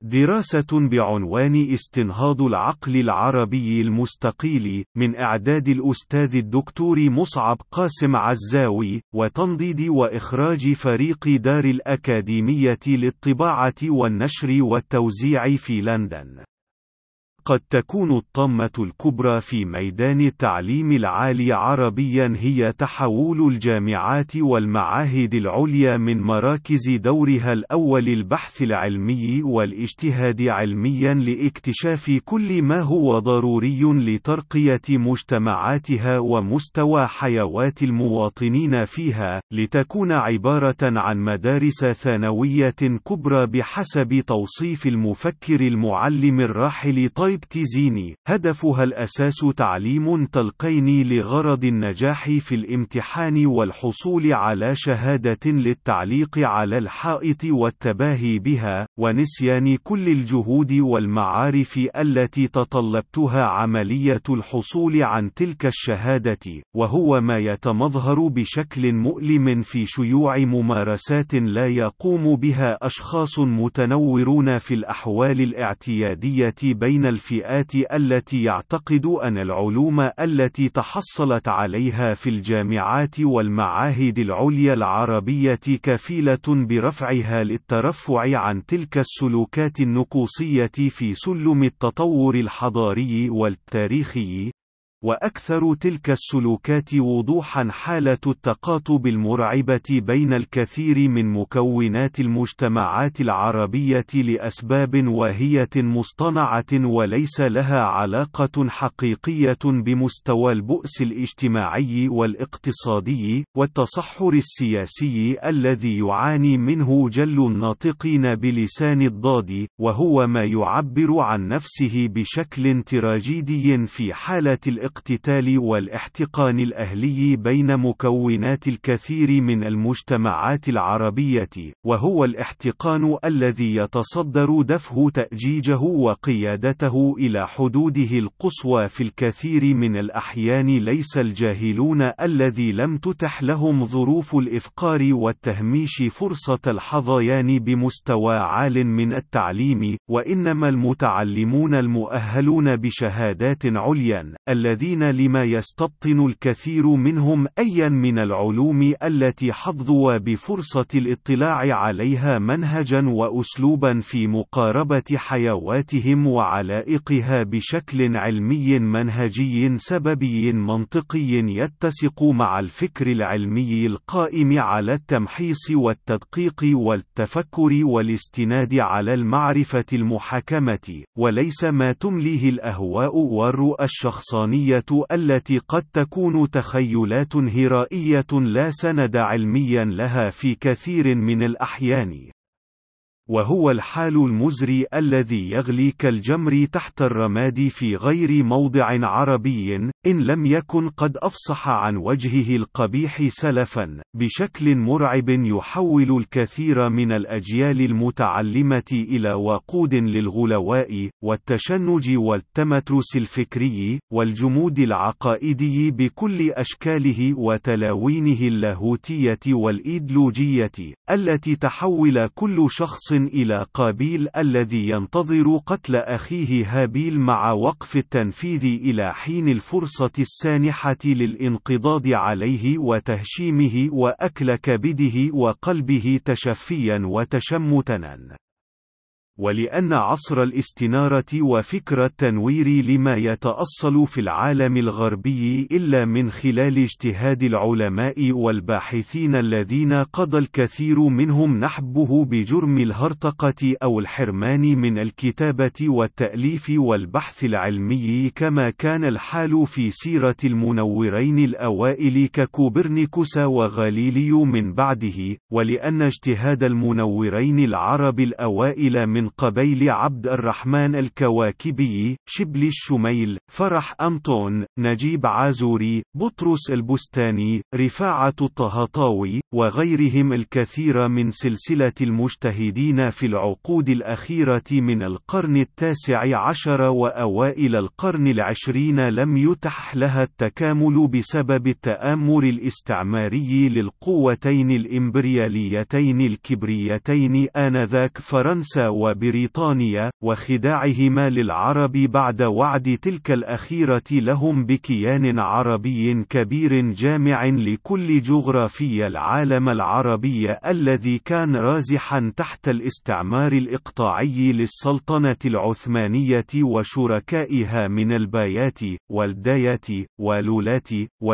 دراسة بعنوان استنهاض العقل العربي المستقيل، من إعداد الأستاذ الدكتور مصعب قاسم عزاوي، وتنضيد وإخراج فريق دار الأكاديمية للطباعة والنشر والتوزيع في لندن. قد تكون الطامة الكبرى في ميدان التعليم العالي عربيا هي تحول الجامعات والمعاهد العليا من مراكز دورها الأول البحث العلمي والاجتهاد علميا لاكتشاف كل ما هو ضروري لترقية مجتمعاتها ومستوى حياة المواطنين فيها، لتكون عبارة عن مدارس ثانوية كبرى بحسب توصيف المفكر المعلم الراحل طيب تيزيني. هدفها الأساس تعليم تلقيني لغرض النجاح في الامتحان والحصول على شهادة للتعليق على الحائط والتباهي بها، ونسيان كل الجهود والمعارف التي تطلبتها عملية الحصول عن تلك الشهادة، وهو ما يتمظهر بشكل مؤلم في شيوع ممارسات لا يقوم بها أشخاص متنورون في الأحوال الاعتيادية بين الفئات التي يعتقد أن العلوم التي تحصلت عليها في الجامعات والمعاهد العليا العربية كفيلة برفعها للترفع عن تلك السلوكات النقوصية في سلم التطور الحضاري والتاريخي. وأكثر تلك السلوكات وضوحا حالة التقاطب المرعبة بين الكثير من مكونات المجتمعات العربية لأسباب واهية مصطنعة وليس لها علاقة حقيقية بمستوى البؤس الاجتماعي والاقتصادي والتصحر السياسي الذي يعاني منه جل الناطقين بلسان الضاد، وهو ما يعبر عن نفسه بشكل تراجيدي في حالة الاقتتال والاحتقان الأهلي بين مكونات الكثير من المجتمعات العربية، وهو الاحتقان الذي يتصدر دفه تأجيجه وقيادته إلى حدوده القصوى في الكثير من الأحيان. ليس الجاهلون الذي لم تتح لهم ظروف الإفقار والتهميش فرصة الحظيان بمستوى عال من التعليم، وإنما المتعلمون المؤهلون بشهادات عليا، الذين لما يستبطن الكثير منهم أيا من العلوم التي حظوا بفرصة الاطلاع عليها منهجا وأسلوبا في مقاربة حيواتهم وعلائقها بشكل علمي منهجي سببي منطقي يتسق مع الفكر العلمي القائم على التمحيص والتدقيق والتفكر والاستناد على المعرفة المحكمة، وليس ما تمليه الأهواء والرؤى الشخصانية التي قد تكون تخيلات هرائية لا سند علميا لها في كثير من الأحيان. وهو الحال المزري الذي يغلي كالجمر تحت الرماد في غير موضع عربي، إن لم يكن قد أفصح عن وجهه القبيح سلفا، بشكل مرعب يحول الكثير من الأجيال المتعلمة إلى وقود للغلواء والتشنج والتمترس الفكري والجمود العقائدي بكل أشكاله وتلاوينه اللاهوتية والإيديولوجية، التي تحول كل شخص إلى قابيل الذي ينتظر قتل أخيه هابيل مع وقف التنفيذ إلى حين الفرصة السانحة للانقضاض عليه وتهشيمه وأكل كبده وقلبه تشفيا وتشمتا. ولأن عصر الاستنارة وفكر التنوير لما يتأصل في العالم الغربي إلا من خلال اجتهاد العلماء والباحثين الذين قضى الكثير منهم نحبه بجرم الهرطقة أو الحرمان من الكتابة والتأليف والبحث العلمي، كما كان الحال في سيرة المنورين الأوائل ككوبرنيكوس وغاليليو من بعده، ولأن اجتهاد المنورين العرب الأوائل من قبيل عبد الرحمن الكواكبي، شبلي الشميل، فرح أنطون، نجيب عازوري، بطرس البستاني، رفاعة الطهطاوي، وغيرهم الكثير من سلسلة المجتهدين في العقود الأخيرة من القرن التاسع عشر وأوائل القرن العشرين لم يتح لها التكامل بسبب التآمر الاستعماري للقوتين الإمبرياليتين الكبريتين آنذاك، فرنسا وبريطانيا، وخداعهما للعرب بعد وعد تلك الأخيرة لهم بكيان عربي كبير جامع لكل جغرافيا العالم العربي الذي كان رازحا تحت الاستعمار الإقطاعي للسلطنة العثمانية وشركائها من البايات، والدايات، والولات،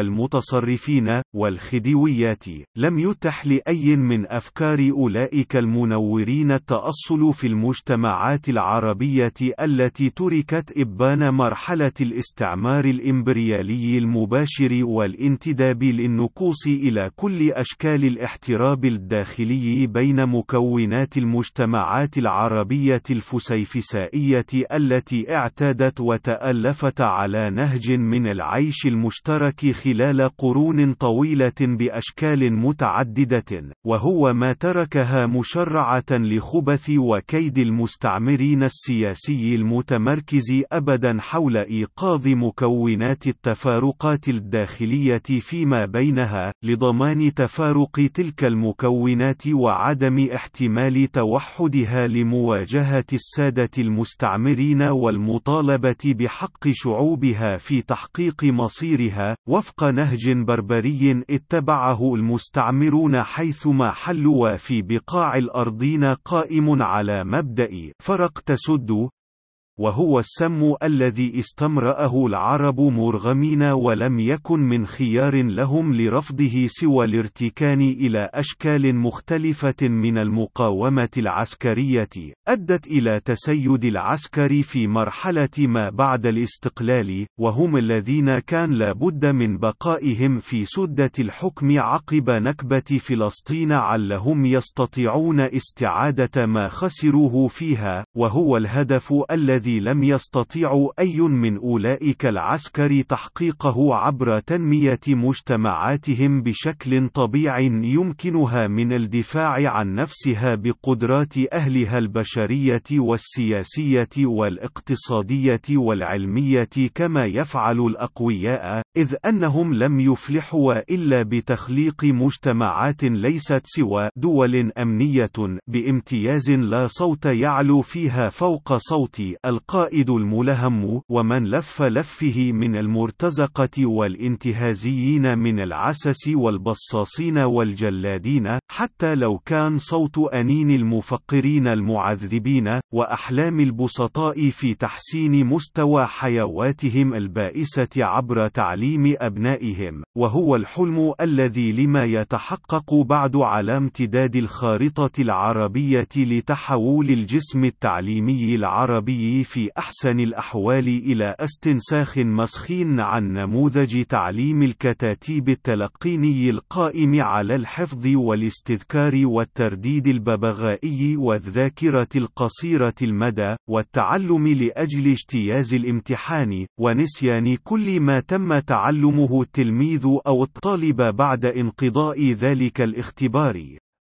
والمتصرفين، والخديويات. لم يتح لأي من أفكار أولئك المنورين التأصل في المجتمعات العربية التي تركت إبان مرحلة الاستعمار الإمبريالي المباشر والانتداب للنكوص إلى كل أشكال الاحتراب الداخلي بين مكونات المجتمعات العربية الفسيفسائية التي اعتادت وتألفت على نهج من العيش المشترك خلال قرون طويلة بأشكال متعددة، وهو ما تركها مشرعة لخبث وكيد المستعمرين السياسي المتمركز أبدا حول إيقاظ مكونات التفارقات الداخلية فيما بينها، لضمان تفارق تلك المكونات وعدم احتمال توحدها لمواجهة السادة المستعمرين والمطالبة بحق شعوبها في تحقيق مصيرها، وفق نهج بربري اتبعه المستعمرون حيثما حلوا في بقاع الأرضين قائم على مبدأ فرق تسد، وهو السم الذي استمرأه العرب مرغمين ولم يكن من خيار لهم لرفضه سوى الارتكان إلى أشكال مختلفة من المقاومة العسكرية، أدت إلى تسيد العسكر في مرحلة ما بعد الاستقلال، وهم الذين كان لابد من بقائهم في سدة الحكم عقب نكبة فلسطين علهم يستطيعون استعادة ما خسروه فيها، وهو الهدف الذي لم يستطيع أي من أولئك العسكر تحقيقه عبر تنمية مجتمعاتهم بشكل طبيعي يمكنها من الدفاع عن نفسها بقدرات أهلها البشرية والسياسية والاقتصادية والعلمية كما يفعل الأقوياء، إذ أنهم لم يفلحوا إلا بتخليق مجتمعات ليست سوى دول أمنية بامتياز لا صوت يعلو فيها فوق صوت القائد الملهم، ومن لف لفه من المرتزقة والانتهازيين من العسس والبصاصين والجلادين، حتى لو كان صوت أنين المفقرين المعذبين، وأحلام البسطاء في تحسين مستوى حيواتهم البائسة عبر تعليم أبنائهم، وهو الحلم الذي لما يتحقق بعد على امتداد الخارطة العربية لتحول الجسم التعليمي العربي في أحسن الأحوال إلى استنساخ مسخين عن نموذج تعليم الكتاتيب التلقيني القائم على الحفظ والاستذكار والترديد الببغائي والذاكرة القصيرة المدى، والتعلم لأجل اجتياز الامتحان، ونسيان كل ما تم تعلمه التلميذ أو الطالب بعد انقضاء ذلك الاختبار.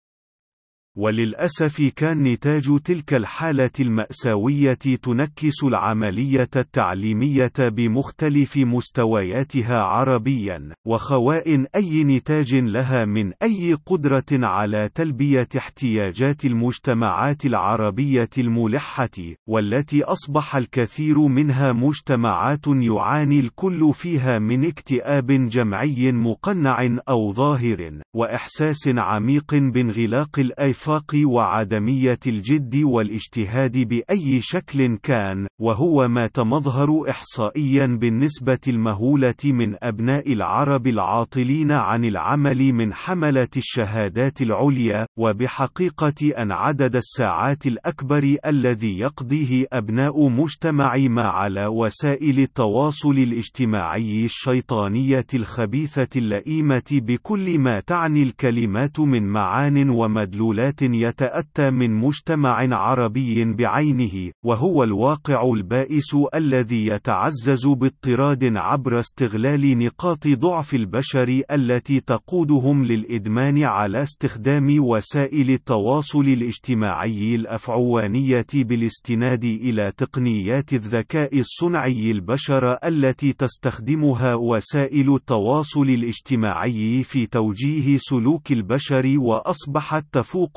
وللأسف كان نتاج تلك الحالة المأساوية تنكس العملية التعليمية بمختلف مستوياتها عربيا، وخواء أي نتاج لها من أي قدرة على تلبية احتياجات المجتمعات العربية الملحة، والتي أصبح الكثير منها مجتمعات يعاني الكل فيها من اكتئاب جمعي مقنع أو ظاهر، وإحساس عميق بانغلاق الآفاق وعدمية الجد والاجتهاد بأي شكل كان، وهو ما تمظهر إحصائيا بالنسبة المهولة من أبناء العرب العاطلين عن العمل من حملة الشهادات العليا، وبحقيقة أن عدد الساعات الأكبر الذي يقضيه أبناء مجتمع ما على وسائل التواصل الاجتماعي الشيطانية الخبيثة اللئيمة بكل ما تعني الكلمات من معان ومدلولات يتأتى من مجتمع عربي بعينه، وهو الواقع البائس الذي يتعزز باضطراد عبر استغلال نقاط ضعف البشر التي تقودهم للإدمان على استخدام وسائل التواصل الاجتماعي الأفعوانية بالاستناد إلى تقنيات الذكاء الصنعي البشر التي تستخدمها وسائل التواصل الاجتماعي في توجيه سلوك البشر، وأصبحت تفوق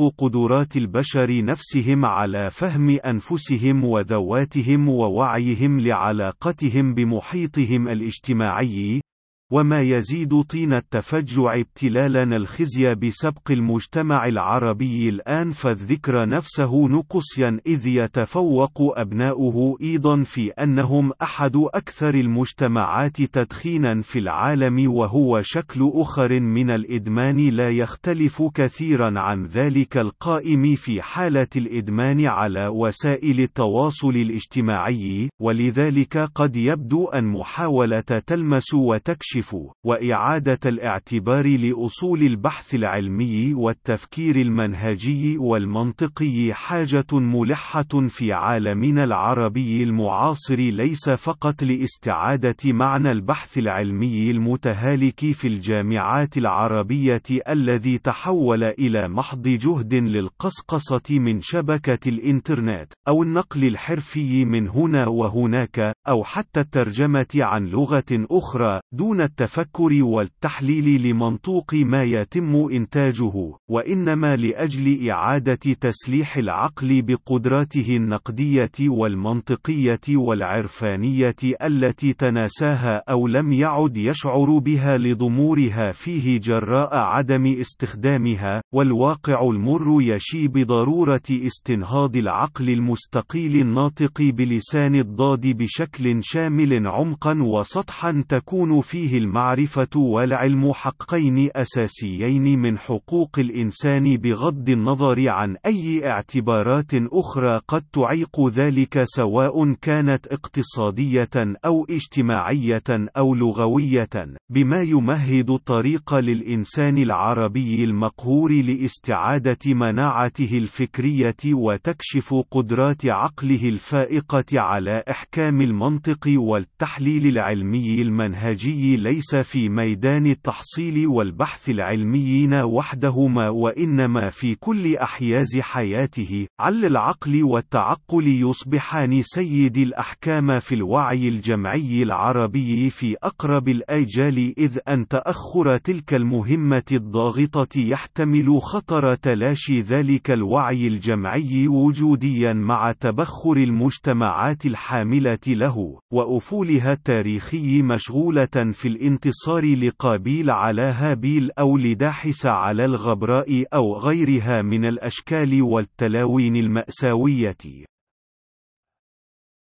قدرات البشر نفسهم على فهم أنفسهم وذواتهم ووعيهم لعلاقتهم بمحيطهم الاجتماعي، وما يزيد طين التفجع ابتلالنا الخزي بسبق المجتمع العربي الآن، فالذكر نفسه نقصيا، إذ يتفوق أبناؤه أيضا في أنهم أحد أكثر المجتمعات تدخينا في العالم، وهو شكل آخر من الإدمان لا يختلف كثيرا عن ذلك القائم في حالة الإدمان على وسائل التواصل الاجتماعي. ولذلك قد يبدو أن محاولة تلمس وتكشف وإعادة الاعتبار لأصول البحث العلمي والتفكير المنهجي والمنطقي حاجة ملحة في عالمنا العربي المعاصر، ليس فقط لاستعادة معنى البحث العلمي المتهالك في الجامعات العربية الذي تحول إلى محض جهد للقصقصة من شبكة الإنترنت، أو النقل الحرفي من هنا وهناك، أو حتى الترجمة عن لغة أخرى، دون التفكر والتحليل لمنطوق ما يتم إنتاجه، وإنما لأجل إعادة تسليح العقل بقدراته النقدية والمنطقية والعرفانية التي تناساها أو لم يعد يشعر بها لضمورها فيه جراء عدم استخدامها. والواقع المر يشي بضرورة استنهاض العقل المستقيل الناطق بلسان الضاد بشكل شامل عمقا وسطحا تكون فيه المعرفة والعلم حقين أساسيين من حقوق الإنسان، بغض النظر عن أي اعتبارات أخرى قد تعيق ذلك، سواء كانت اقتصادية أو اجتماعية أو لغوية، بما يمهد الطريق للإنسان العربي المقهور لاستعادة مناعته الفكرية وتكشف قدرات عقله الفائقة على إحكام المنطق والتحليل العلمي المنهجي، ليس في ميدان التحصيل والبحث العلميين وحدهما، وإنما في كل أحياز حياته، عل العقل والتعقل يصبحان سيد الأحكام في الوعي الجمعي العربي في أقرب الآجال، إذ أن تأخر تلك المهمة الضاغطة يحتمل خطر تلاشي ذلك الوعي الجمعي وجوديا مع تبخر المجتمعات الحاملة له، وأفولها التاريخي مشغولة في الانتصار لقابيل على هابيل أو لداحس على الغبراء أو غيرها من الأشكال والتلاوين المأساوية.